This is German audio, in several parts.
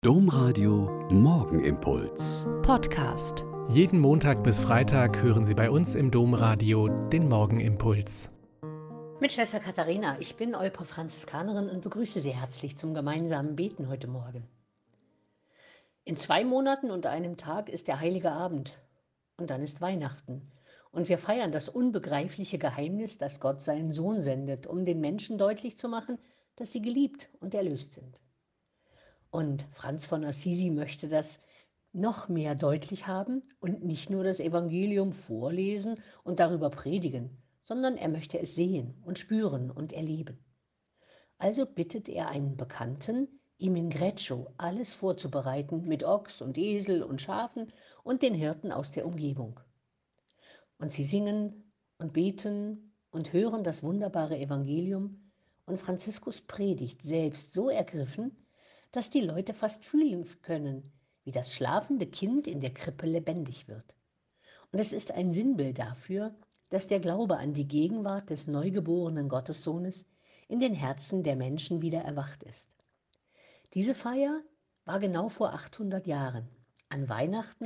Domradio Morgenimpuls. Podcast. Jeden Montag bis Freitag hören Sie bei uns im Domradio den Morgenimpuls. Mit Schwester Katharina, ich bin Olper Franziskanerin und begrüße Sie herzlich zum gemeinsamen Beten heute Morgen. In 2 Monaten und einem Tag ist der Heilige Abend und dann ist Weihnachten. Und wir feiern das unbegreifliche Geheimnis, dass Gott seinen Sohn sendet, um den Menschen deutlich zu machen, dass sie geliebt und erlöst sind. Und Franz von Assisi möchte das noch mehr deutlich haben und nicht nur das Evangelium vorlesen und darüber predigen, sondern er möchte es sehen und spüren und erleben. Also bittet er einen Bekannten, ihm in Greccio alles vorzubereiten mit Ochs und Esel und Schafen und den Hirten aus der Umgebung. Und sie singen und beten und hören das wunderbare Evangelium und Franziskus predigt selbst so ergriffen, dass die Leute fast fühlen können, wie das schlafende Kind in der Krippe lebendig wird. Und es ist ein Sinnbild dafür, dass der Glaube an die Gegenwart des neugeborenen Gottessohnes in den Herzen der Menschen wieder erwacht ist. Diese Feier war genau vor 800 Jahren, an Weihnachten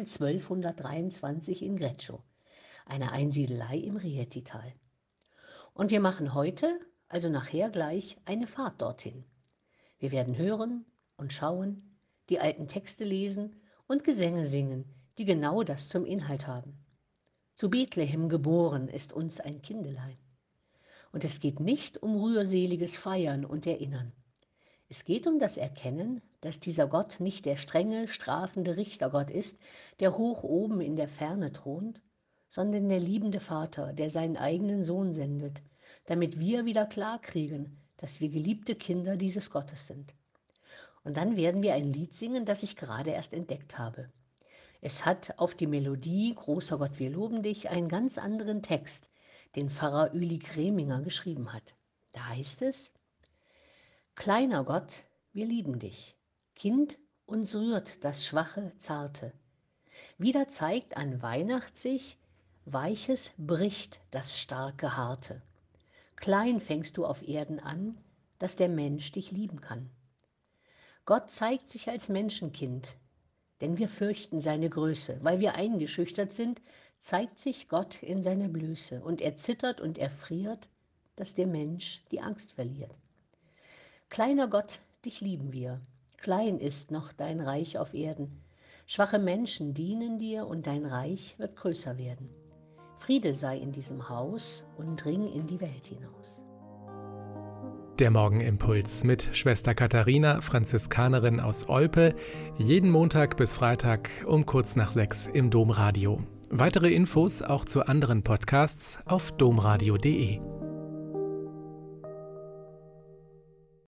1223 in Greccio, einer Einsiedelei im Rieti-Tal. Und wir machen heute, also nachher gleich, eine Fahrt dorthin. Wir werden hören und schauen, die alten Texte lesen und Gesänge singen, die genau das zum Inhalt haben. Zu Bethlehem geboren ist uns ein Kindelein. Und es geht nicht um rührseliges Feiern und Erinnern. Es geht um das Erkennen, dass dieser Gott nicht der strenge, strafende Richtergott ist, der hoch oben in der Ferne thront, sondern der liebende Vater, der seinen eigenen Sohn sendet, damit wir wieder klarkriegen, dass wir geliebte Kinder dieses Gottes sind. Und dann werden wir ein Lied singen, das ich gerade erst entdeckt habe. Es hat auf die Melodie Großer Gott, wir loben dich einen ganz anderen Text, den Pfarrer Ueli Greminger geschrieben hat. Da heißt es: Kleiner Gott, wir lieben dich. Kind, uns rührt das Schwache, Zarte. Wieder zeigt an Weihnacht sich, Weiches bricht das starke Harte. Klein fängst du auf Erden an, dass der Mensch dich lieben kann. Gott zeigt sich als Menschenkind, denn wir fürchten seine Größe. Weil wir eingeschüchtert sind, zeigt sich Gott in seiner Blöße und er zittert und erfriert, dass der Mensch die Angst verliert. Kleiner Gott, dich lieben wir. Klein ist noch dein Reich auf Erden. Schwache Menschen dienen dir und dein Reich wird größer werden. Friede sei in diesem Haus und dring in die Welt hinaus. Der Morgenimpuls mit Schwester Katharina, Franziskanerin aus Olpe, jeden Montag bis Freitag um kurz nach 6 im Domradio. Weitere Infos auch zu anderen Podcasts auf domradio.de.